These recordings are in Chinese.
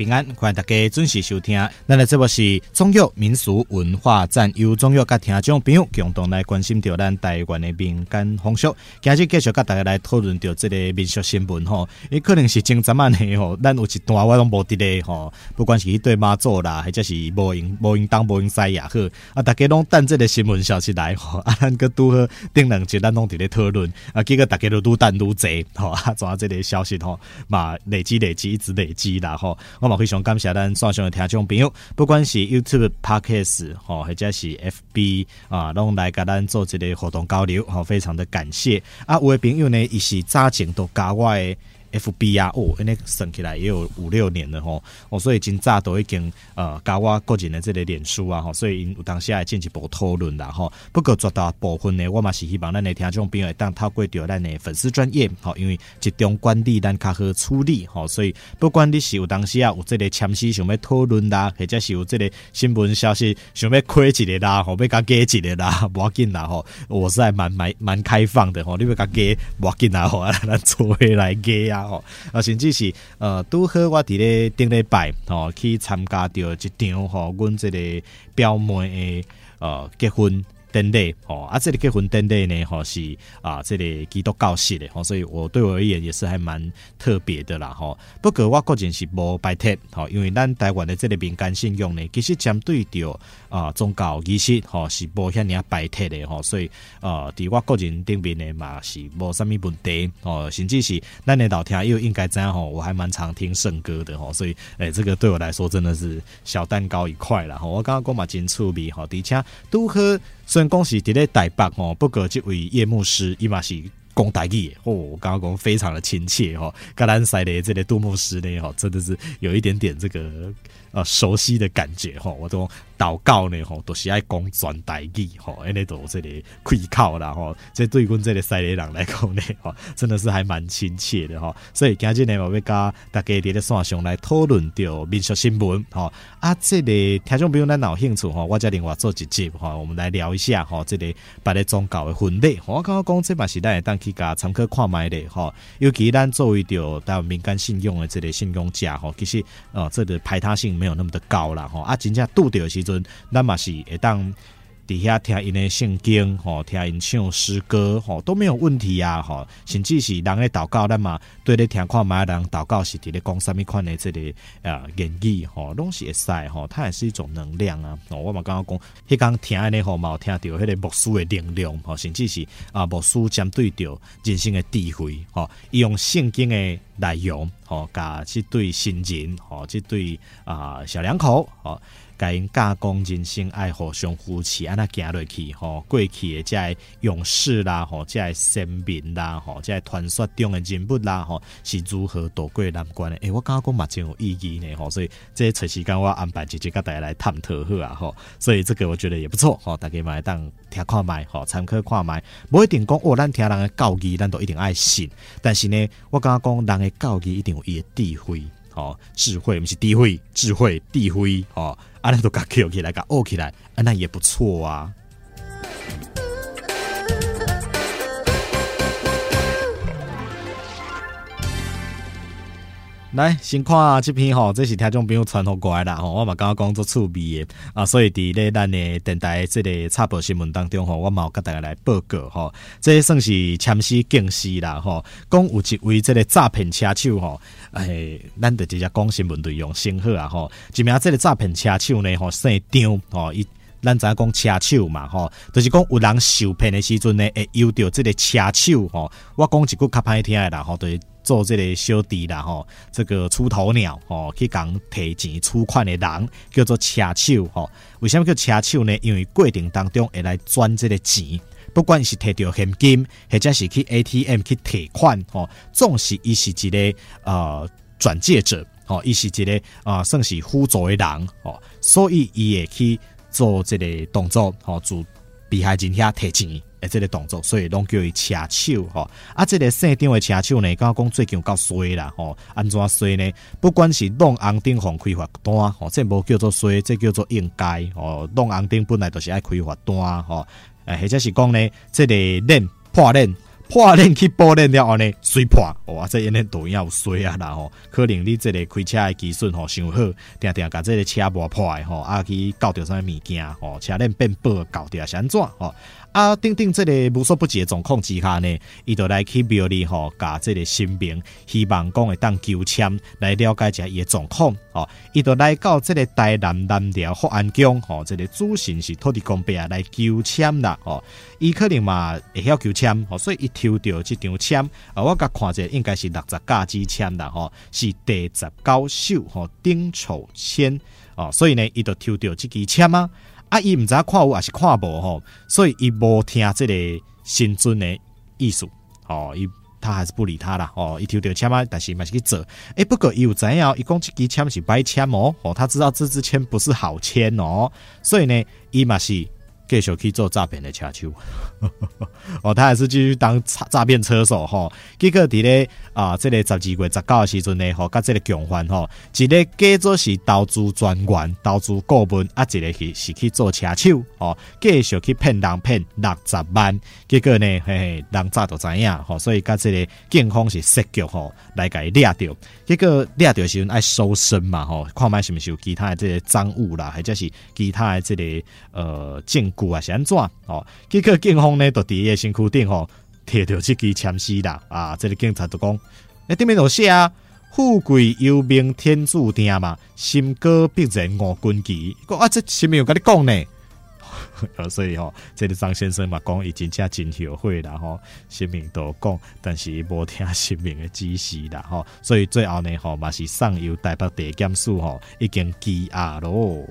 平安，欢迎大家准时收听。咱的节目是中药民俗文化站，由中药甲听众朋友共同来关心到咱台湾的民间风俗。今日继续甲大家来讨论到这个民俗新闻吼，因为可能是前阵仔呢吼，咱有一段我拢无伫咧吼，不管是去对妈祖啦，或者是无用当无用西也好，啊，大家拢等这个新闻消息来吼，啊，咱个拄好顶两集咱拢伫咧讨论，啊，结果大家都愈等愈济吼，啊，怎这个消息吼嘛累积一直累积啦吼，我嘛非常感谢咱线上的听众朋友，不管是 YouTube、Podcast 吼，或者是 FB 啊，拢来甲咱做一个互动交流吼，非常的感谢。啊，有的朋友呢，伊是早前都加我的FB 啊，因为算起来也有5-6年了吼，所以真早都已经加我个人的这个脸书啊吼，所以因有当时也进一步讨论啦吼。不过绝大部分呢，我嘛是希望咱的听众朋友会当透过到咱的粉丝专页吼，因为集中管理咱较好处理吼，所以不管你是有当时啊有这个签诗想要讨论啦，或者是有这个新闻消息想要开一个啦，吼要甲加一个啦，无要紧啦吼，我是还蛮开放的吼，你要甲加无要紧啦吼，咱做伙来加啊。甚至是拄好我伫咧顶礼拜去参加到一场阮这个表妹的结婚典礼这个结婚典礼呢是这个基督教式的所以对我而言也是还蛮特别的啦不过我个人是无排斥因为咱台湾的这个民间信仰呢，其实针对着宗教仪式是无遐尔排斥的所以伫我个人顶面呢嘛是无啥物问题甚至是咱的老听友应该知道我还蛮常听圣歌的所以这个对我来说真的是小蛋糕一块啦我刚刚讲嘛真趣味而且拄好虽然讲是伫咧台北不过这位叶牧师伊嘛是讲台语的我刚刚讲非常的亲切跟咱西的这个杜牧师呢真的是有一点点这个熟悉的感觉我都祷告呢都是爱讲全台语安尼都这个开口啦这对阮这个西的人来讲呢真的是还蛮亲切的所以今日呢我要甲大家伫咧线上来讨论到民俗新闻这个听众朋友咱有兴趣我再另外做一集我们来聊一下这个别的宗教的婚礼我刚刚讲这嘛是咱会当去甲参考看卖的尤其咱作为着台湾民间信仰的这个信仰者其实这个排他性没有那么的高啦真正拄着的时阵咱嘛是会当伫遐听因的圣经听因唱诗歌都没有问题啊甚至是人的祷告咱嘛对咧听看卖人祷告是伫咧讲什么款的这个言语拢是会使它也是一种能量啊我嘛刚刚讲迄天听安尼嘛有听到迄个牧师的能量甚至是牧师针对着人生的智慧伊用圣经的内容甲这对新人这对小两口甲因教讲人生爱互相扶持安那行落去过去的这勇士啦这先民啦这传说中的人物啦是如何渡过难关的我感觉讲嘛真有意义呢所以这找时间我安排直接跟大家来探讨好所以这个我觉得也不错大家嘛会当听看卖参考看卖不一定讲咱听人的教义咱都一定爱信但是呢我感觉讲人的教义一定有伊的智慧智慧不是智慧智慧智慧咱都甲捡起来甲学起来那也不错啊来先看这篇这是听众朋友传互过来啦我嘛刚刚讲做趣味的所以伫咧咱的电台这个插播新闻当中我嘛有甲大家来报告这算是签诗敬诗啦讲有一位这个诈骗车手咱就直接讲新闻内容先好啊一名这个诈骗车手呢姓张伊咱知影讲车手嘛就是讲有人受骗的时阵呢会由着这个车手我讲一句较歹听的啦就是做这个小弟啦这个出头鸟去讲提钱出款的人叫做车手为什么叫车手呢？因为过程当中会来赚这个钱不管是摕到现金或者是去 ATM 去提款总是伊是一个转介者伊是一个算是辅助的人所以伊会去做这个动作自被害人遐提钱这个动作，所以拢叫伊车手这个姓张的车手呢，刚刚讲最近有够衰啦安怎衰呢？不管是弄红顶放开罚单这无叫做衰，这叫做应该弄红顶本来就是爱开罚单或者是讲呢，这个破破链去补链了后呢，水破，哇，这因咧抖音有水啊啦吼，可能你这个开车的技术吼伤好，定定甲这个车磨破的吼，啊去搞掉啥物件吼，车链变薄搞掉是安怎吼？啊，等这个无所不及的状况之下呢，伊就来去庙里吼，甲这个神明，希望讲会当求签来了解一下伊的状况吼，伊就来到这个台南南寮福安宫吼，这个主神是土地公伯啊来求签啦吼，伊可能嘛会晓求签吼，所以伊抽到这张签啊，我甲看者应该是60架支签啦吼，是第19首吼丁丑签哦，所以呢，伊就抽到这支签啊。啊，伊唔知看有还是看无吼，所以伊无听这个神尊的意思，哦，他还是不理他啦，哦，伊抽到签啊，但是嘛是去做，不过伊有知影，伊讲这支签是歹签哦，他知道这支签不是好签哦，所以呢，伊嘛是继续去做诈骗的车手，哦，他还是继续当诈骗车手吼。结果伫咧这个12月19的时阵呢，吼，甲这个共犯吼，一个假做是投资专员、投资顾问，啊，一个是去做车手，哦，继续去骗人骗60万。结果呢，人早就知影吼，所以甲这个警方是设局吼来甲伊抓到。结果抓到时阵爱搜身嘛吼，看卖是毋是有其他的这个赃物啦，或者是其他的这个证据啊是安怎哦？结果警方呢就伫伊的身躯顶吼摕到这支签诗啦啊！这个警察就讲，顶面有写啊，富贵幽冥天注定嘛，心高必然五军旗。讲啊，这前面有跟你讲呢。所以吼，这个张先生嘛讲，伊真正真后悔啦吼，神明都讲，但是无听神明的指示啦吼，所以最后呢吼，嘛是送由台北地检署吼已经羁押咯。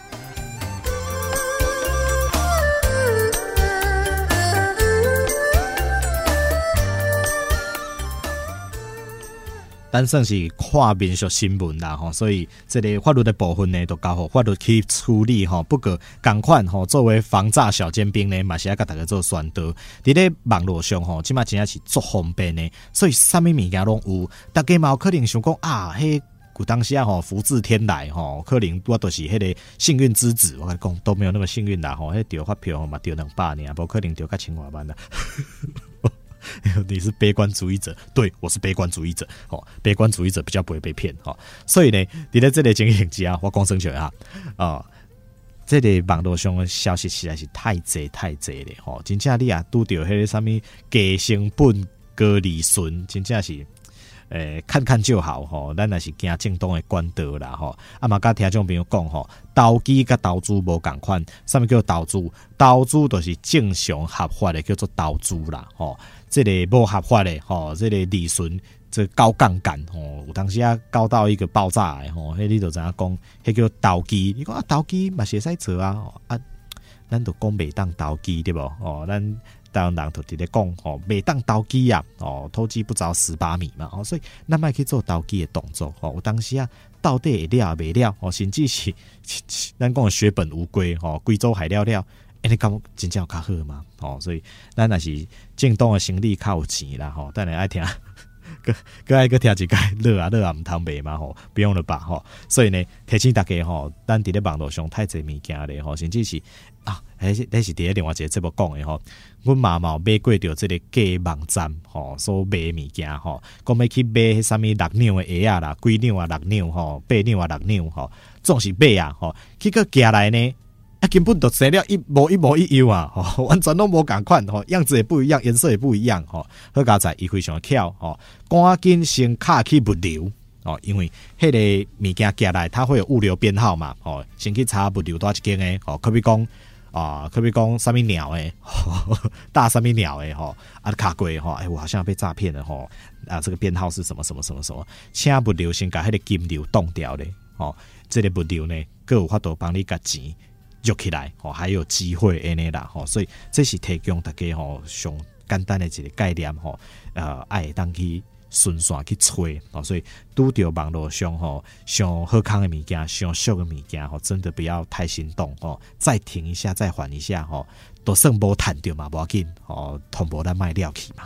但算是看民俗新闻啦吼，所以这个法律的部分呢，都交互法律去处理吼。不过同款吼，作为防诈小尖兵呢，嘛是要甲大家做宣导。伫咧网络上吼，即马真正是足方便的，所以啥物物件拢有。大家嘛有可能想讲啊，古当时啊吼，福至天来吼，可能我都是迄个幸运之子。我跟你讲都没有那么幸运啦吼，迄丢发票嘛丢200年，无可能丢甲1000多万啦。你是悲观主义者，对，我是悲观主义者。悲观主义者比较不会被骗。所以呢，你在这里情形之下，我讲生笑啊，这个网络上的消息实在是太济了。真正你啊，拄到迄个什么低成本高利润，真正是。看看就好吼，咱也是行正当的管道啦吼。啊嘛，甲听众朋友讲吼，投机甲投资无共款，啥物叫投资？投资就是正常合法的叫做投资啦吼。这个无合法的吼，这个利润这高杠杆吼，有当时啊高到一个爆炸的吼，迄你就知影讲，迄叫投机。你讲啊，投机嘛是会使做啊，咱就讲袂当投机对无？咱。当人就伫咧讲吼，袂当投机啊，偷鸡不着蚀把米嘛，所以咱莫去做投机的动作。有当时啊，到底会了袂了，甚至是咱讲血本无归，贵州海了了，你感觉真正有较好嘛？所以咱也是正当的生理较有钱啦，等下爱听。个爱个听一个乐啊唔通卖嘛吼，不用了吧吼。所以呢，提醒大家吼，咱伫咧网络上太侪物件咧吼，甚至是啊，那是伫咧另外一个节目讲的吼，阮妈妈买过着这个假网站吼，所卖物件吼，讲要去买迄啥物6两的鞋啊啦，几两啊6两吼，8两啊6两吼，总是买啊吼，结果寄来呢。根本就生了一模一样啊！完全都无共款样子也不一样，颜色也不一样好佳在伊非常巧赶紧先卡去物流因为迄个物件寄来，它会有物流编号嘛先去查物流多少间诶可比讲什么鸟诶大什么鸟诶卡过我好像被诈骗了这个编号是什么，请物流先把迄个金流冻掉咧这个物流呢，各有法度帮你甲钱。入起来还有机会安尼啦所以这是提供大家上简单的一个概念爱当去顺线去找所以拄到网络上上好康的物件，上俗的物件真的不要太心动再停一下，再缓一下都算无赚到嘛，无要紧通无咱卖了去嘛。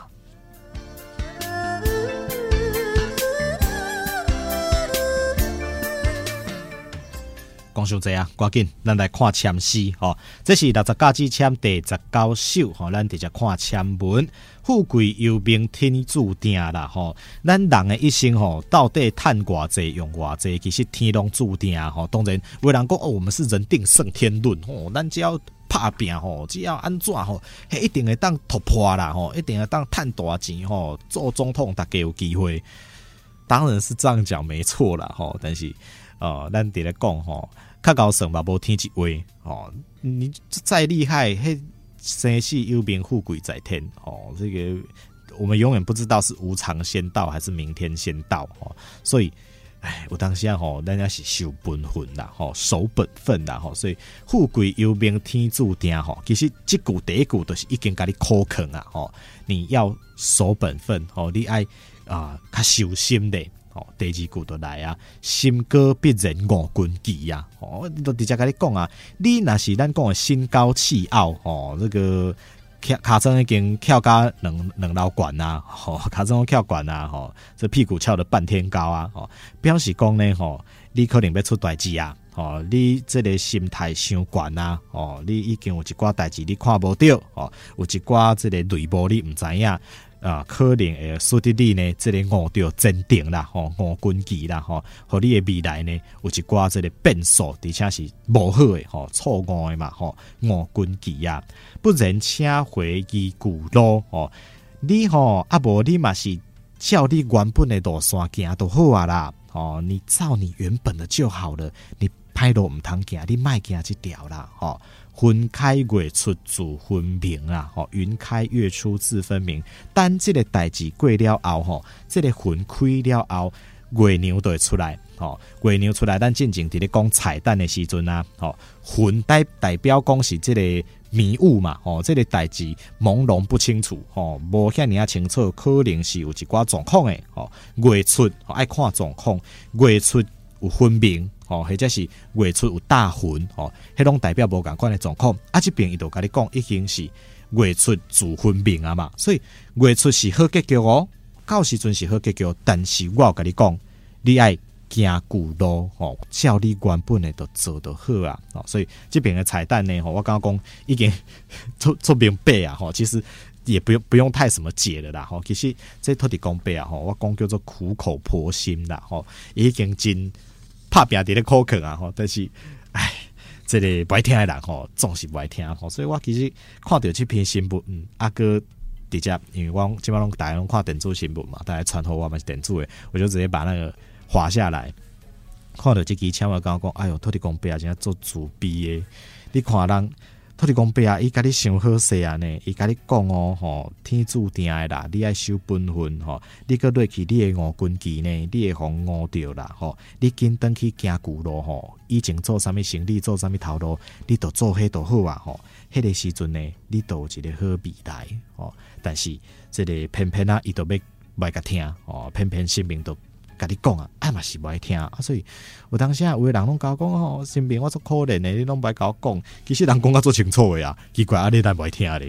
讲伤济啊，赶紧咱来看签诗吼。这是60甲之签第19首吼，咱直接看签文。富贵由命天注定啦吼，咱人的一生吼，到底赚偌济用偌济，其实天拢注定吼。当然，有人讲哦，我们是人定胜天论吼，咱只要拍拼吼，只要安怎吼，迄一定会当突破啦吼，一定会当赚大钱吼，做总统大家有机会。当然是这样讲没错啦吼，但是咱伫咧讲吼，较高算嘛无天一位吼，你再厉害迄。生死有命，富贵在天哦。这个我们永远不知道是无常先到还是明天先到哦。所以，有当时吼，咱也是守本分啦，吼，守本分啦，吼。所以，富贵有命天注定吼。其实这句第一句就是已经甲你考坑啊，吼。你要守本分哦，你爱较小心的。第二句就来啊，心高必然五军旗啊！你都直接跟你讲啊，你若是咱讲的心高气傲这个卡层已经翘到两老管啊，卡层翘管啊，这屁股翘了半天高啊！表示讲呢，你可能要出代志啊！你这个心态伤悬啊！你已经有一寡代志你看无到有一寡这个内幕你唔知影。可能会使得你呢，这个误着坚定啦，误军旗啦，和你的未来呢，有一寡这个变数，而且是无好的，错误的嘛，误军旗啊，不然请回依旧路，你无你嘛是照你原本的路线行就好啊啦，你照你原本的就好了，你歹路唔通行，你莫行这条啦，云开月出自分明啦，云开月出自分明。等这个代志过了后，这个云开了后，月娘就会出来。月娘出来，咱进前伫咧讲彩蛋的时阵啊，云代表讲是这个迷雾嘛，这个代志朦胧不清楚，无遐尔清楚，可能是有一寡状况的。月出爱看状况，月出有分明。或者是月出有大云，迄种代表无共款的状况。这边伊就甲你讲，已经是月出自分明啊嘛。所以月出是好结局哦，到时阵是好结局。但是我有甲你讲，你爱行旧路，照你原本的都做就好啊。所以这边的彩蛋呢，我刚刚讲已经做明白啊。其实也不用太什么解了啦。其实这土地公伯啊，我讲叫做苦口婆心啦。已经真。拍拼伫咧考课啊，但是，这个不爱听的人总是不爱听所以我其实看到这篇新闻，阿哥直接，因为我基本上大家拢看电子新闻嘛，大家传呼我们是电子的，我就直接把那个划下来，看到这支签我刚刚讲，哎呦，土地公伯啊，真正做自闭的，你看人。土地公伯啊，伊甲你想好势啊呢，伊甲你讲天注定的啦，你爱守本分你搁落去你的误军旗呢，你会互误着啦你紧登去行旧路以前做啥物生意，做啥物头路，你都做迄都好啊迄个时阵呢，你都有一个好未来但是这个偏偏伊都要袂甲听偏偏生命都。甲你讲啊，嘛是不爱听所以有当时有的人拢甲我讲身边我做可怜的，你拢不爱甲我讲，其实人讲甲做清楚的啊，奇怪你但不爱听咧。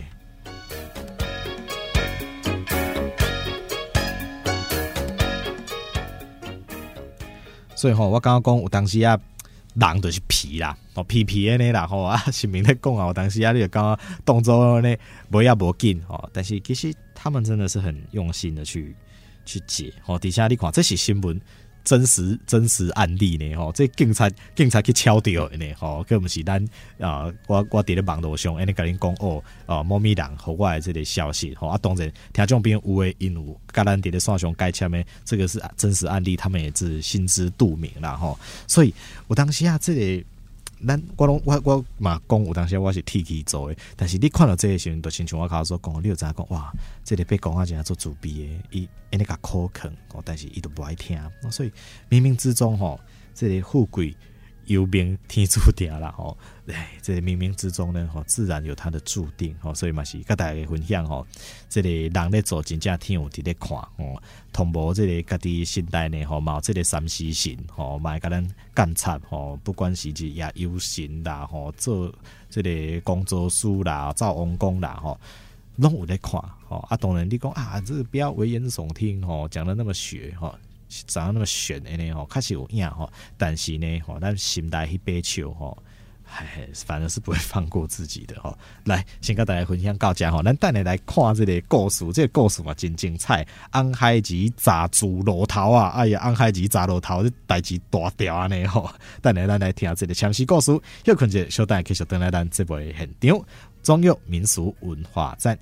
所以我刚刚讲有当时人就是皮啦，皮的呢啦身边在讲有当时你就感觉动作呢无也无紧但是其实他们真的是很用心的去解底下你看这是新闻真实案例呢这警察去敲掉的呢佮不是咱我伫咧网络上安尼甲恁讲猫咪人和我的这个消息当然听众朋友有的因有甲咱伫咧线上改签的这个是真实案例，他们也是心知肚明啦所以有当时这个我嘛讲有当时我是替佢做的，但是你看到这个时候，就亲像我口说讲，你就知影讲哇，这个被讲啊，真做自闭的，伊安尼甲考坑但是伊都不爱听，所以冥冥之中这个富贵由命天注定啦这个冥冥之中呢自然有它的注定所以嘛是甲大家分享这个人咧做真正天有伫咧看同无这个家己心内呢嘛有这个三思神嘛会甲咱监察不管是也有神啦做这个工作师啦造王公啦拢有咧看当然你讲这个不要危言耸听讲得那么血长得那么悬的呢吼，确实有影吼，但是呢吼，咱心内迄把笑吼。反而是不会放过自己的吼。来，先跟大家分享到这吼，咱等下来看这个故事，这个故事嘛真精彩。红孩子砸猪路头啊！哎呀，红孩子砸路头，这代志大条安尼吼。等下咱来听这个详细故事。休困者，小等下继续等来咱这部现场，中药民俗文化站。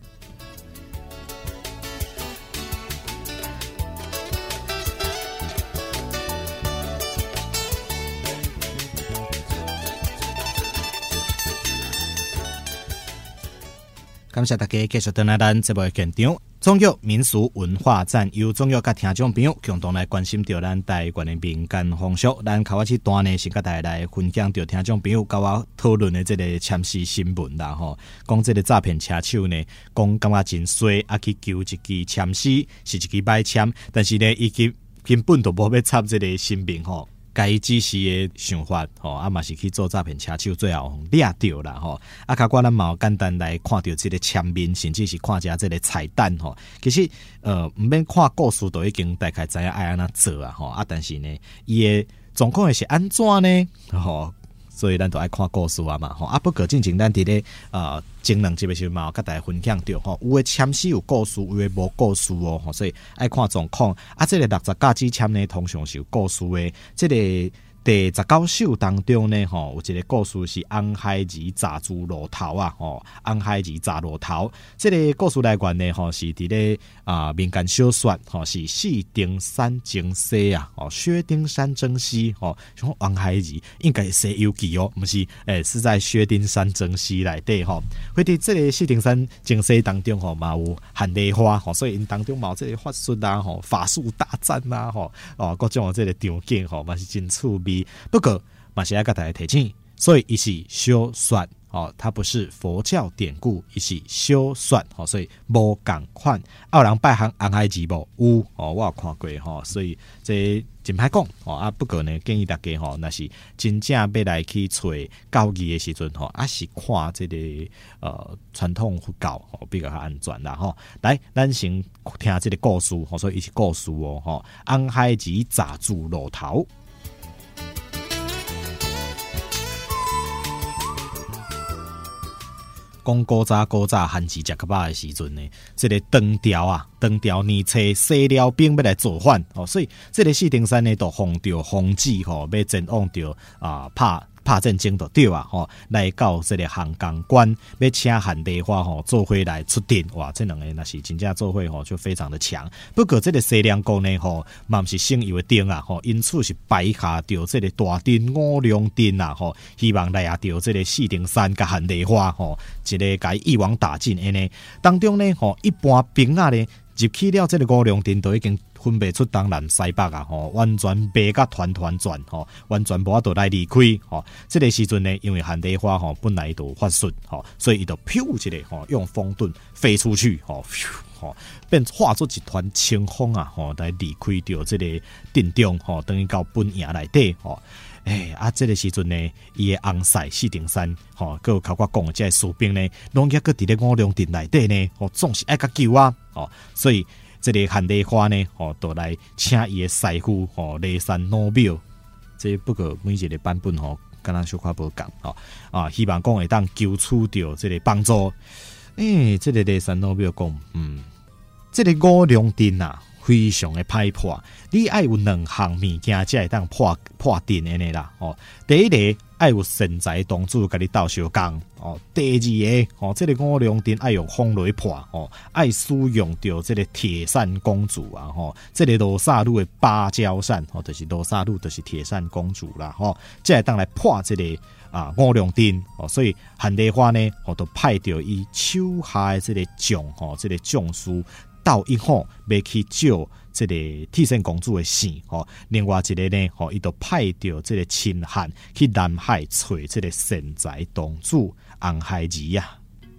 感谢大家继续回来咱这部现场，中药民俗文化站由中药甲听众朋友共同来关心到咱台湾的民间风俗。咱开始段呢，先甲大家来分享到听众朋友甲我讨论的这个签尸新闻啦吼。讲这个诈骗车手呢，讲感觉真衰，啊去求一支签尸是一支买签，但是呢，伊根本都无要插这个新名吼。该指示的想法吼，啊嘛是去做诈骗车手，最后掠到啦吼。啊，较我咱嘛有简单来看到这个签面，甚至是看下这个彩蛋吼。其实毋免看故事都已经大概知影爱安怎做啊吼。啊，但是呢，伊的状况是安怎呢？吼，所以咱都爱看故事啊嘛吼。啊，不过进前咱伫咧前两集的时候嘛，甲大家分享到吼，有的签诗有故事，有的无故事哦吼，所以爱看状况。啊，这个60架支签呢，通常是有故事的。这个第19首当中呢，吼有一个故事是红孩子砸猪路头啊，吼红孩子砸路头。这个故事来源呢，吼是伫咧民间小说，吼是薛丁山征西啊，哦薛丁山征西，吼像红孩子应该是西游记哦，不是是在薛丁山征西内底吼。会伫这个薛丁山征西当中吼，嘛有汉梨花吼，所以因当中嘛有这个法术啊，吼法术大战啊，吼各种这个场景吼，嘛是真趣味。不过嘛是要跟大家提醒，所以伊是小说哦，它不是佛教典故，伊是小说哦，所以无共款。有人拜红孩子无？有哦，我有看过吼，所以这真歹讲哦啊。不过呢，建议大家吼，那是真正要来去找教义的时阵吼，啊是看这个传统佛教吼比较安全啦吼。来，咱先听这个故事吼，所以伊是故事哦吼。红孩子砸猪路头。讲古早汉字食较饱的时阵呢，这个唐朝年初西辽兵要来造反哦，所以这个薛丁山呢，都奉着皇旨吼，要前往着拍战争就对啊吼，来到这个汉江关，要请汉梨花吼做伙来出阵，哇，这两个那是真正做伙吼就非常的强。不过这个西凉国呢吼，嘛不是省油的灯啊吼，因此是摆下着这个大阵五粮阵啊吼，希望来下着这个薛丁山甲汉梨花吼，一个甲一网打尽的呢。当中呢吼，一般兵啊呢入去了这个五粮阵都已经分别出东南西北啊，吼，完全白甲团转，吼，完全无法度来离开，吼。这个时阵呢，因为汉梨花吼本来就法术，吼，所以伊就飘一个，吼，用风遁飞出去，吼，变化作一团清风啊，吼，来离开掉这个阵中，吼，等于到本营内底，吼。这个时阵呢，伊的红婿薛丁山，吼，佮有头我讲的这些士兵呢，拢抑佮伫咧五粮阵内底呢，吼，总是爱甲救啊，吼，所以这个汉梨花呢，吼，都来请伊的师傅，吼，骊山老庙。这不过每一个版本吼，敢若小可无共，吼啊，希望讲会当求取到这个帮助。这个骊山老庙讲，这个五粮阵啊，非常的歹破，你爱有两项物件才会当破阵的呢啦。哦，第一个爱有神财童子甲你斗相共。哦，第二个这个五粮阵爱用风雷破。哦，爱使用到这个铁扇公主啊。这个罗刹女的芭蕉扇，就是罗刹女就是铁扇公主啦。才会当来破这个五粮阵。所以汉梨花呢，都派着伊手下的这个将，这个将士。到一号要去救这个铁扇公主的死，另外一个呢，伊就派着这个秦汉去南海找这个神财童子红孩子啊。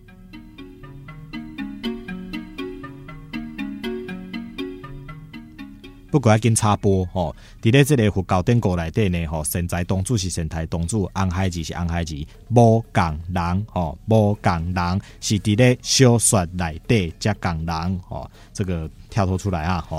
不过要紧插播吼，伫咧这个佛教典故内底呢，神财童子是神财童子，红孩子是红孩子，无共人无共人是伫咧小说内底才共人这个跳脱出来啊好，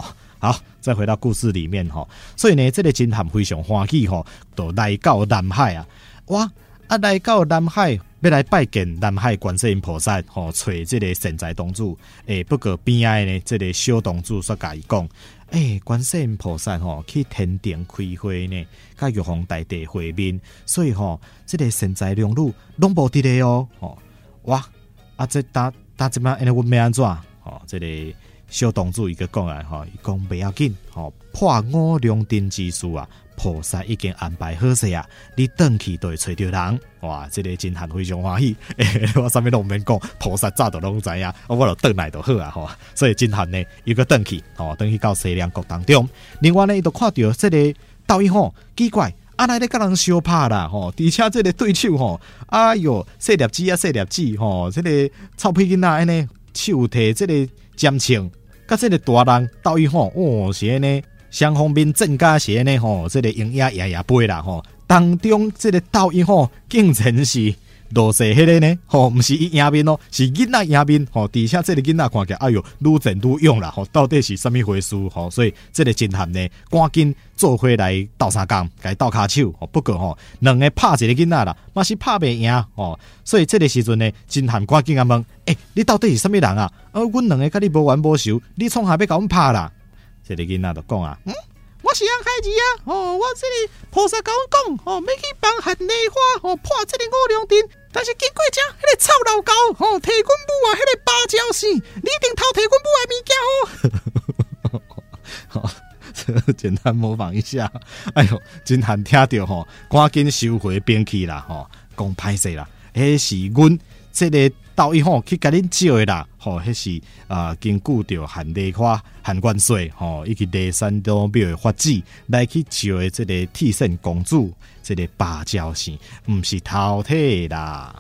好，再回到故事里面吼，所以呢，这个金汉非常欢喜吼，就来到南海啊，哇啊来到南海，要来拜见南海观世音菩萨吼，找这个善财童子。不过边仔呢，这个小童子煞甲伊讲，观世音菩萨吼去天庭开会呢，甲玉皇大帝会面，所以吼，这个善财龙女拢无伫咧哦，吼哇啊这打这摆安尼阮要安怎？吼，这个小童子伊个讲啊，吼，伊讲袂要紧，吼破五龙灯之事啊。菩萨已经安排好势啊！你转去就会找到人，哇！这个真汉非常欢喜。我啥物拢免讲，菩萨早就拢知影，我就转来就好啊！吼，所以真汉呢，伊个转去，转去到西凉国当中。另外呢，伊就看到这个道义吼，奇怪，来咧甲人相拍啦，吼！而且这个对手吼，哎哟，细粒子啊，细粒子吼，这个臭屁囡仔安尼手提这个尖枪，甲这个大人道义吼，是安尼。双方面正家些呢吼，这个鹰也飞啦吼，当中这个斗鹰吼，竟然是落势迄个呢吼，不是伊赢面哦，是囡仔赢面吼。而且这个囡仔看起来，哎哟，愈战愈勇啦吼，到底是什么回事吼？所以这个真汉呢，赶紧做伙来斗相共，该斗骹手吼。不过吼，两个拍一个囡仔啦，嘛是拍袂赢吼。所以这个时阵呢，真汉赶紧啊问，你到底是什么人啊？阮两个甲你无冤无仇，你创下要甲阮拍啦？这个囡仔就讲啊，我是安海子啊，我这里菩萨甲我讲，要去帮汉梨花，破这个五龙灯，但是经过这迄个臭老狗，摕阮母啊，迄个芭蕉死，你一定偷摕阮母的物件哦。这简单模仿一下，哎呦，真汉听到吼，赶紧收回兵器啦，讲歹势啦，是阮这个。到以后去甲恁招的啦，迄是根据着汉梨花、汉元帅以及梨山都庙的法旨来去招的这个替身公主，这个芭蕉扇，不是偷摕啦。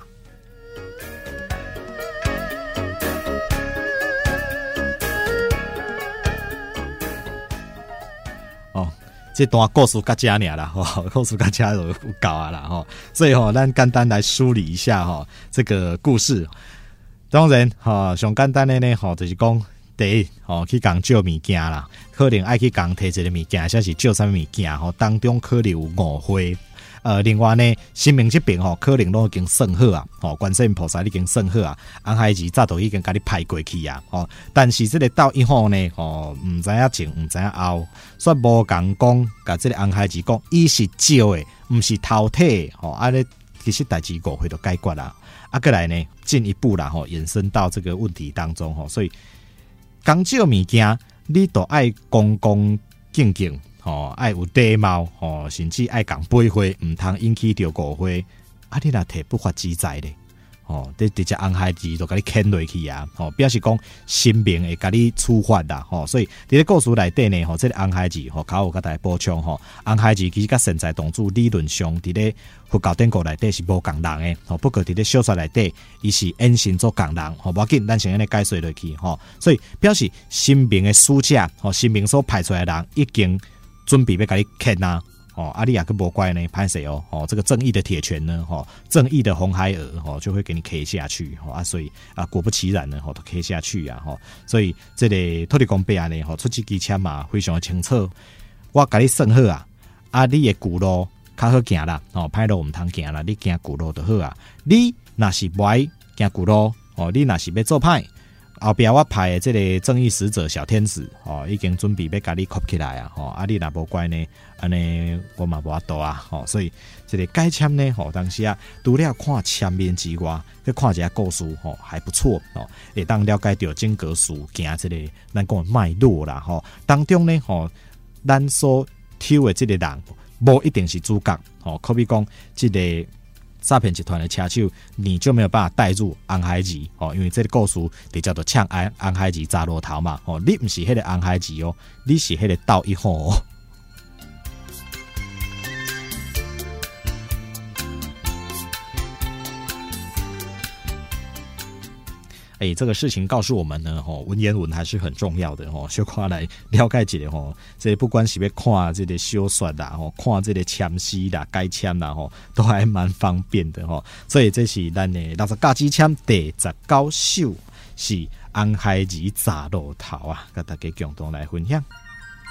这段故事到这尔啦，故事到这就有够啊啦，所以咱简单来梳理一下这个故事。当然上简单的呢就是讲第一去共借物件啦，可能爱去共摕一个物件，或是借啥物物件当中可能有误会。另外呢，神明这边可能都已经算好啊，观世音菩萨已经算好啊，安海子早都已经甲你派过去啊，但是这个到以后呢，唔知影前唔知影后，所以无共讲，甲这个安海子讲，伊是借的，唔是偷摕，咧其实代志误会就解决啦。过来呢，进一步啦，延伸到这个问题当中，所以讲借物件，你都爱恭恭敬敬。爱有礼貌，甚至爱讲背会，唔通引起着误会。你若摕不法之财咧，你直接安海字就甲你牵落去啊！表示讲神明会甲你处罚啦！所以伫咧故事内底呢，这个安海字，考有甲大家补充安海字其实甲善财童子理论上伫咧佛教典故内底是无共人诶。不过伫咧小说内底，伊是因神做共人，无要紧，咱先安尼解说落去。所以表示神明诶使者，神明所派出来的人已经。准备要给你牵啊！你也去无怪呢，歹势这个正义的铁拳呢，正义的红孩儿就会给你 K 下去所以果不其然呢，都 K 下去啊所以这个土地公伯呢，出这支签嘛，非常的清楚。我给你算好啊，你的古路较好行啦，歹路唔通行啦，你行古路就好啊。你若是不爱行古路你若是要做歹。后边我派的这个正义使者小天使已经准备要甲你吸起来啊！你若无乖呢，安尼我嘛无法度啊！所以这个解签呢，当时除了看签面之外，去看一下故事还不错会当了解到整个事件这个咱讲脉络啦当中呢咱所抽的这个人无一定是主角可比讲这个。诈骗集团的车手，你就没有办法带入安海子因为这个故事就叫做抢安海子砸落头嘛你不是迄个安海子你是迄个道一号这个事情告诉我们呢文言文还是很重要的小看来了解一下这不管是要看这个小说啦看这个签诗啦改签啦都还蛮方便的所以这是咱的60架之签第19首是安海子砸落头跟大家共同来分享。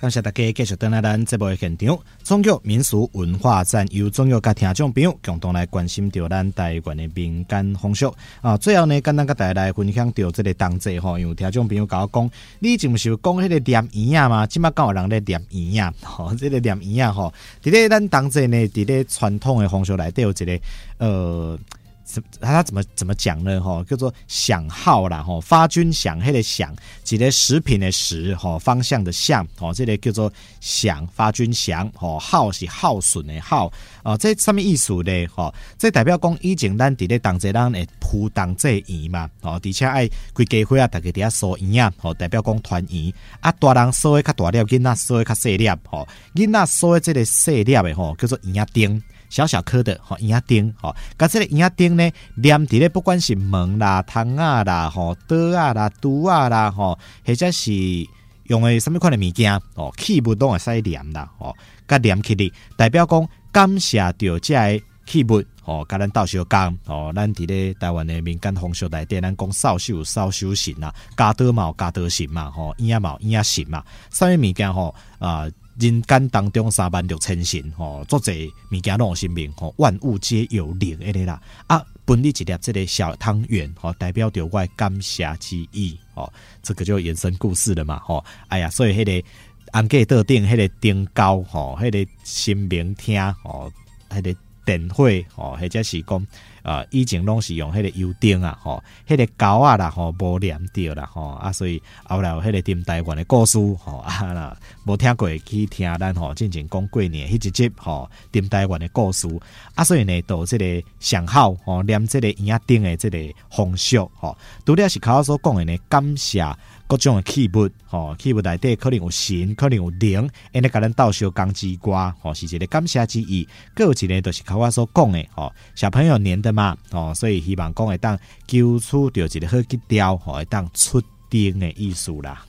感谢大家继续登来咱节目的现场，中药民俗文化站由中药甲听众朋友共同来关心到咱台湾的民间风俗啊。最后呢，简单甲大家来分享到这个同齐吼，因为听众朋友甲我讲，你是不是有讲迄个念圆啊嘛？即摆敢有人咧念圆啊？吼，这个念圆啊吼，伫咧咱同齐呢，伫咧传统的风俗内底有一个他怎么讲呢？叫做饷号啦，发军饷，迄个饷，一个食品的食，方向的向，这个叫做饷，发军饷，耗是耗损的耗，这什么意思呢？这代表讲以前咱伫咧同齐人会铺同齐圆嘛，而且爱规家伙啊，大家伫遐梳圆啊，代表讲团圆啊，大人梳的较大粒，囡仔梳的较细粒，囡仔梳的这个细粒的叫做圆仔丁。小小颗的圆仔丁，甲这个圆仔丁呢，黏伫咧，不管是门啦、窗啊啦、刀啊啦、拄啊啦，或者是用的什么款的物件，器物都会使黏啦，甲黏起嚟，代表讲感谢到这个器物，甲咱斗相共，咱伫咧台湾的民间风俗内底，咱讲扫帚有扫帚神啦，加刀嘛有加刀神嘛，圆仔嘛有圆仔神嘛，什么物件人间当中36000神，做这物件拢有生命，万物皆有灵的啦。啊，分你一粒这个小汤圆，代表着我感谢之意，这个就延伸故事了嘛，哎呀，所以迄个安架桌顶迄个灯高，迄个神明厅，迄个电火，或者是讲以前拢是用迄个油灯啊，迄个高啊啦，无黏着啦，所以后来有迄个丁台湾的故事，啦，无听过去听咱进前讲过年迄一集，丁台湾的故事，所以呢，到这个上好，念这个圆仔丁的这个风俗，除了是口所讲的呢，感谢各种的器物，器物内底可能有神，可能有灵，因为甲咱斗相共之外，是一个感谢之意。还有一个就是口所讲的，小朋友黏的嘛，所以希望讲会当求取到一个好吉兆，会当出丁的意思啦。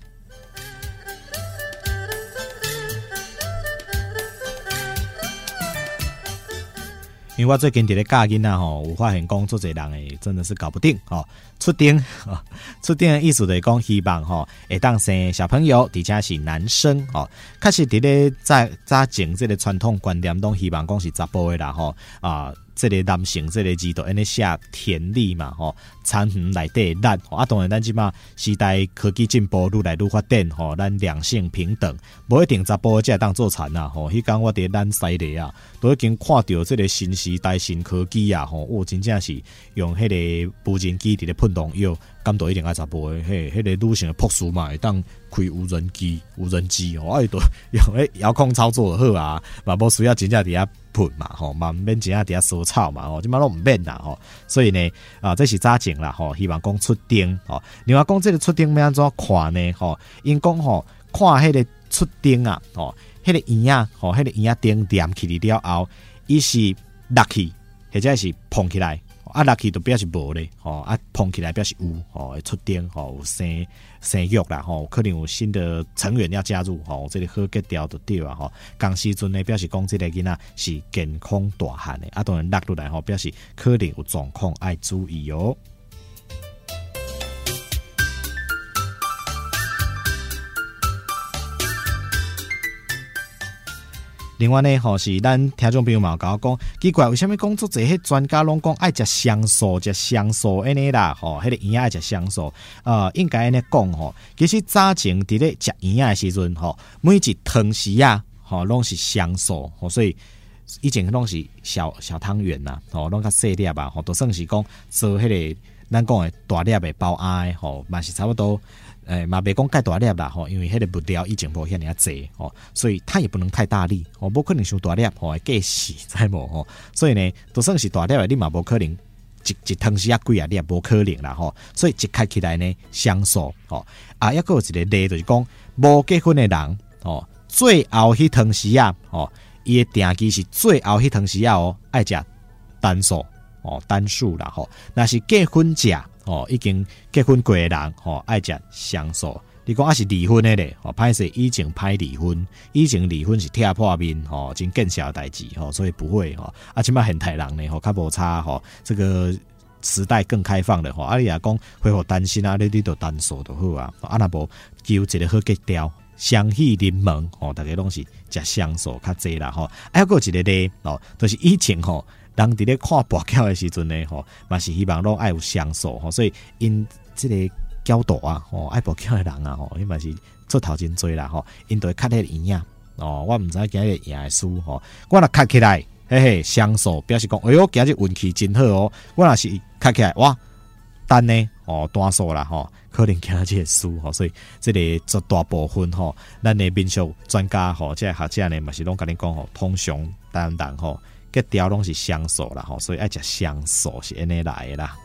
因为我最近伫咧教囡仔有发现讲，做侪人诶真的是搞不定出丁出丁的意思就是讲，希望会当生小朋友，而且是男生确实伫咧早前这个传统观念，拢希望讲是查甫的啦这个男性这个字都安尼写田里嘛田园内底咱当然咱即马时代科技进步愈来愈发展咱两性平等，无一定查甫才会当做田啊迄天我伫咱西里啊，都已经看到这个新时代新科技啊真正是用迄个无人机伫咧喷农药，感到一定爱查甫的迄个女性的博士嘛会当开无人机哎都用迄遥控操作就好啊，嘛无需要真正伫遐喷嘛嘛毋免真正伫遐烧草嘛即摆拢毋免啦所以呢这是早前啦希望讲出丁另外讲这个出丁要安怎看呢因讲看迄个出丁啊迄个圆仔迄个圆仔丁黏起嚟了后，伊是落去或者是碰起来落去就表示无咧碰起来表示有会出丁有生育啦可能有新的成员要加入这个好吉兆就对啊当时阵呢表示讲这个囡仔是健康大汉的当然落落来表示可能有状况要注意哦。另外呢是咱听众朋友嘛甲我讲奇怪为什么讲做这些专家拢讲爱食香素安尼啦迄个圆仔爱食香素应该安尼讲其实早前伫咧食圆仔的时阵每一汤匙啊拢是香素所以以前拢是小汤圆呐拢较细粒啊都算是讲做迄个咱讲的大粒的包瓚的嘛是差不多嘛别讲介大粒啦因为迄个物料以前无遐尔济所以它也不能太大力无可能伤大粒会过死知无所以呢都算是大粒的，你嘛无可能一汤匙几啊粒无可能啦所以一开起来呢香素还有一个例就是讲无结婚的人最后迄汤匙啊伊的定期是最后迄汤匙啊爱食单数单数啦若是结婚者已经结婚过的人爱食香素。你讲是离婚的咧歹势以前歹离婚，以前离婚是贴破面真见笑的代志所以不会现在现代人呢较无差这个时代更开放了你也讲恢复单身你就单数就好啊若无求一个好吉兆双喜临门大家拢是食香素较济啦还有一个咧就是以前人伫咧看跋筊的时阵呢嘛是希望拢爱有香素所以因这个教导啊爱跋筊的人啊伊嘛是做头真多啦因都会较迄个营养我毋知今日营养的书我若卡起来香素表示讲哎呦今日运气真好我若是卡起来哇单呢单数啦可能今日这个书所以这个一大部分咱的民俗专家这个学者呢嘛是拢甲你讲通常单人结条拢是香素啦所以爱食香素是安尼来的啦。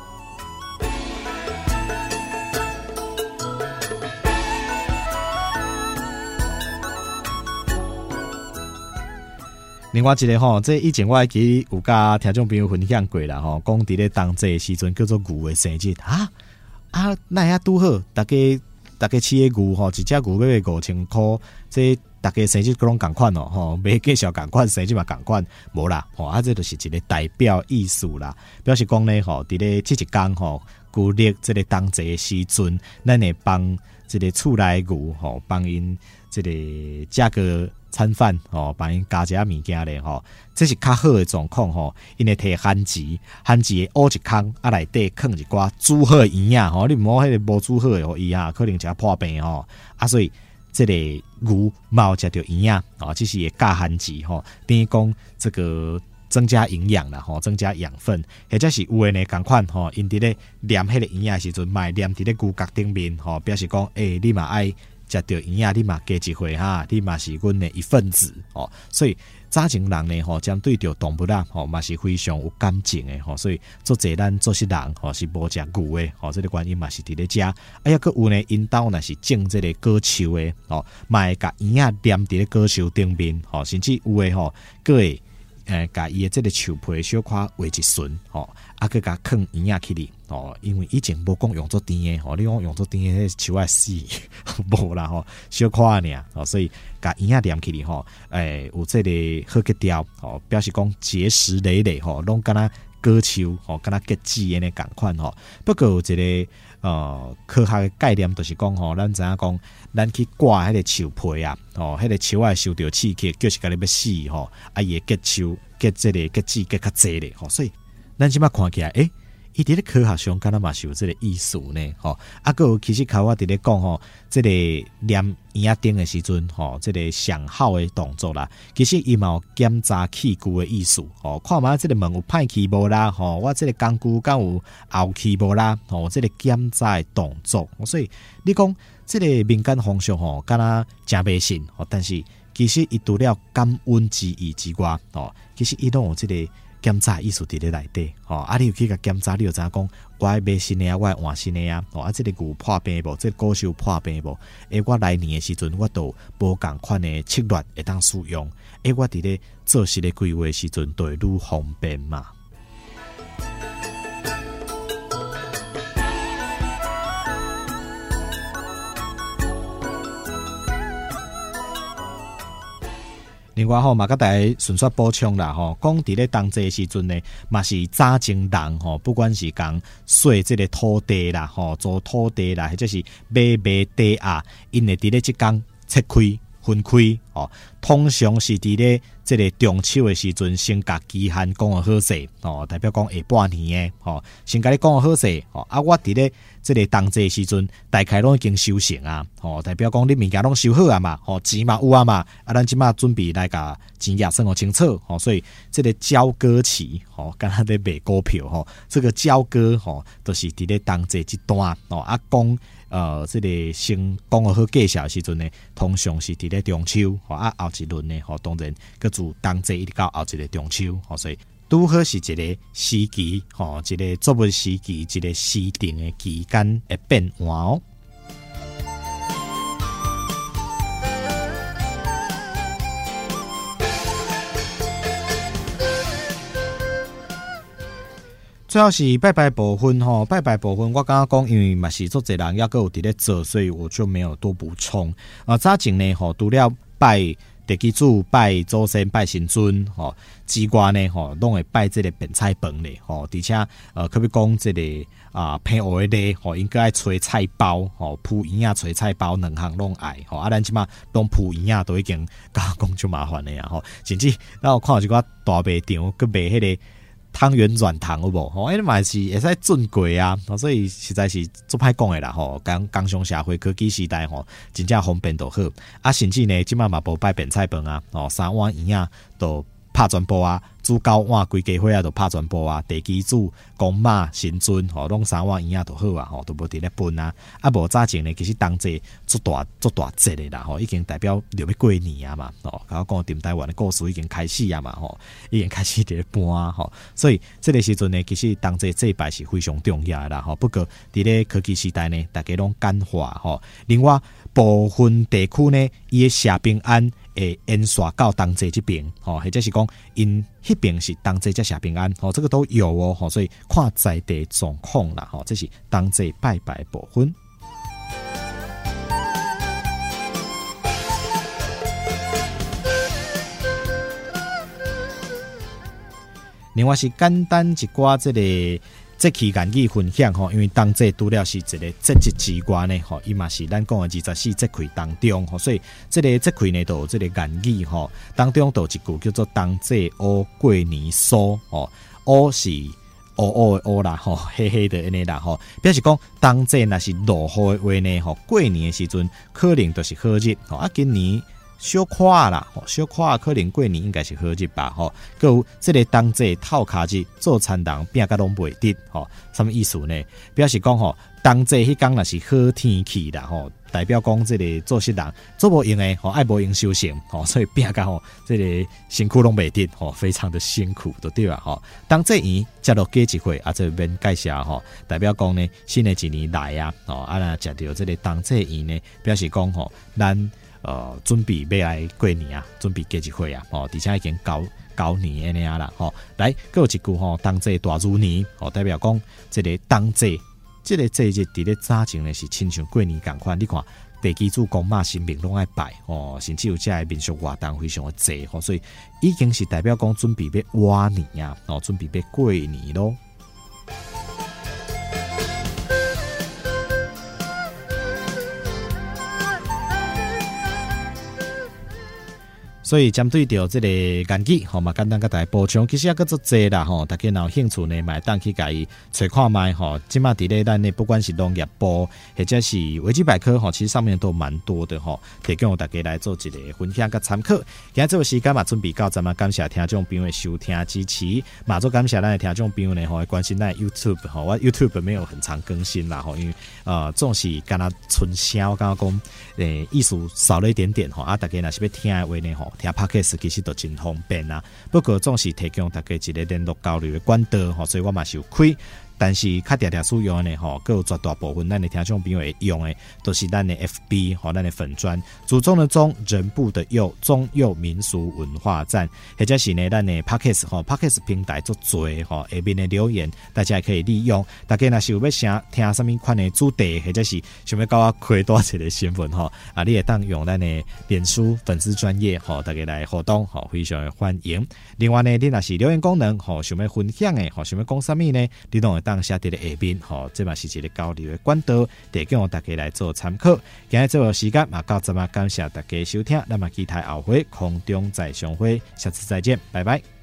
另外一个这以前我还记得有甲听众朋友分享过啦讲伫咧冬至的时阵叫做牛的生日那遐拄好，大家饲的牛一只牛要5000块，这大家生日各种共款买介绍共款，生日嘛共款，无啦这就是一个代表意思啦，表示讲呢伫咧这一天旧历这个冬至的时阵，咱会帮这个厝内牛帮因这个价格餐饭帮因加一下物件咧这是较好的状况因会摕番薯的乌一空内底放一寡煮好的圆仔你毋好迄个无煮好的互伊可能食破病所以这个牛嘛有食到圆仔这是会加番薯等于讲这个增加营养啦增加养分，或者是有的呢同款因伫咧念迄个圆仔的时阵，嘛念伫咧牛角顶面表示讲你嘛爱食到圆仔，你嘛加一回你嘛是阮的一份子所以早前人呢针对着动物啦嘛是非常有感情的所以做侪咱做些人是无食牛的这个原因嘛是伫咧食还佫有呢因兜若是种这个果树的嘛会甲圆仔念伫咧果树顶面甚至有的佫会甲伊的这个树皮小可画一顺佫甲放圆仔起哩因为以前无讲用作甜的你讲用作甜的树爱死无啦小可尔所以甲圆仔念起哩有这个好结条表示讲结实累累拢敢若果树敢若结籽的呢共款不过有一个科学的概念就是讲咱知影讲咱去挂迄个树皮迄个树仔受到刺激就是甲你要死伊会结树结这个结籽结较济咧所以咱即摆看起来伊伫咧科学上敢若嘛是有这个意思呢佫有其实考我伫咧讲这个念圆仔顶的时阵这个上好的动作啦，其实伊嘛有检查器具的意思看嘛这个门有歹去无啦我这个工具敢有拗去无啦这个检查的动作所以你讲这个民间风俗敢若真迷信但是其实伊除了感恩之意之外其实伊拢有这个检查意思伫咧内底你有去甲检查，你就知影讲我爱买新的我爱换新的这个牛破病无，这个果树破病无我来年的时阵我都无共款的策略会当使用我伫咧做事的规划时阵都会愈方便嘛。另外嘛甲大家顺续补充啦讲伫咧冬至的时阵呢嘛是早前人不管是讲说这个土地啦做土地啦或者是买地因会伫咧即天切开分开通常是伫咧这个中秋的时阵先甲期限讲好势代表讲下半年的先甲你讲好势我伫咧这个冬至的时阵大概拢已经收成代表讲你物件拢收好嘛钱嘛有嘛咱即马准备来甲钱也算清楚所以这个交割期敢若咧卖股票这个交割都是伫咧冬至这段讲这个先讲好介绍的时阵呢通常是伫咧中秋后一轮呢当然各自冬至一直到后一个中秋所以拄好是一个时期一个作物时期一个时定的期间的变换最后是拜拜部分拜拜部分我刚刚讲因为嘛是做侪人也有伫咧做，所以我就没有多补充早前呢除了拜地基主拜祖先拜神尊吼，之外呢吼，拢会拜这个便菜饭咧吼，而且可比讲这个平黑的咧吼，应该爱炊菜包吼，铺圆啊炊菜包两项拢爱吼，咱即马拢铺圆啊都已经讲就麻烦了呀吼，甚至咱有看有一寡大卖场佮卖迄个汤圆软糖有无？吼，迄嘛是会使准过啊，所以实在是做歹讲的啦吼。工商社会科技时代吼，真正方便就好。甚至呢，即马嘛无拜便菜饭啊，3碗圆啊都拍全部啊，煮9碗规家伙啊都拍全部啊，地基主、公妈、神尊吼，拢3碗圆啊都好啊，吼都无伫咧分啊。无早前呢，其实当这做大节的啦，吼已经代表就要过年啊嘛，甲我讲台湾的故事已经开始啊嘛，吼已经开始伫咧搬啊，吼，所以这个时阵呢，其实当这祭拜是非常重要的啦，吼。不过伫咧科技时代呢，大家拢简化吼。另外部分地区呢，伊的社平安会延续到当祭这边，吼，或者是讲因迄边是当祭才社平安，吼，这个都有哦，吼，所以看在地状况啦，吼，这是当祭拜拜的部分。另外是简单一寡这个节气言语分享吼，因为当这除了是一个节日之外呢，吼，伊嘛是咱讲的24节气当中吼，所以这个节气呢，都有这个言语吼，当中都有一句叫做当这乌过年酥吼，乌是乌乌的乌啦吼，黑黑的安尼啦吼，表示讲当这若是落雨的话呢吼，过年的时阵可能就是好日吼，今年小夸啦，小夸可能过年应该是好日吧，吼。佮有这个当这透卡日做餐人拼甲拢袂得，吼，什么意思呢？表示讲吼，当这迄天若是好天气啦，吼，代表讲这个做事人做无用诶，吼，爱无用修行，吼，所以拼甲吼，这个辛苦拢袂得，吼，非常的辛苦，就对啊，吼。当这年接落过一回，这边介绍吼，代表讲呢，新的一年来啊，吼，那食到这个当这年呢，表示讲吼，咱准备要来过年啊，准备过一回啊，而且已经九年安尼啊啦，来，还有一句吼，当这大如年，代表讲这个当这个节日伫咧早前呢是亲像过年共款，你看地基主公妈神明拢爱拜甚至有这民俗活动非常的多所以已经是代表讲准备要活年啊，准备要过年咯。所以针对到这个言语，嘛简单甲大家补充，其实也够足济啦吼，大家若有兴趣呢，嘛当去家己找看卖吼。即马伫咧咱呢，不管是农业部或者是维基百科吼，其实上面都蛮多的吼，提供大家来做一个分享甲参考。今日这个时间嘛，准备到咱们感谢听众朋友的收听支持，嘛做感谢咱的听众朋友呢，吼关心咱的 YouTube 吼，我 YouTube 没有很常更新啦吼，因为总是敢若纯声，敢若讲意思少了一点点吼，大家若是要听的话呢吼。听 Podcast 其实都真方便啊，不过总是提供大家一个联络交流的管道吼，所以我嘛是有开。但是较常常使用的呢吼，各有绝大部分咱的听众朋友会用的，都是咱的 FB 吼，咱的粉专，祖宗的宗，人部的佑，中佑民俗文化站，或者是呢咱的 Podcast 吼 ，Podcast 平台做多吼，下面的留言大家也可以利用。大家若是有要想听什么款的主题，或者是想要跟我开多一个新闻吼，你也当用咱的脸书粉丝专页吼，大家来互动吼，非常的欢迎。另外呢，你若是留言功能吼，想要分享的吼，想要讲什么呢？你都当下伫咧下面吼，这嘛是一个交流的管道，提供大家来做参考。今日这个时间嘛到这嘛，感谢大家收听，那么期待后回空中再相会，下次再见，拜拜。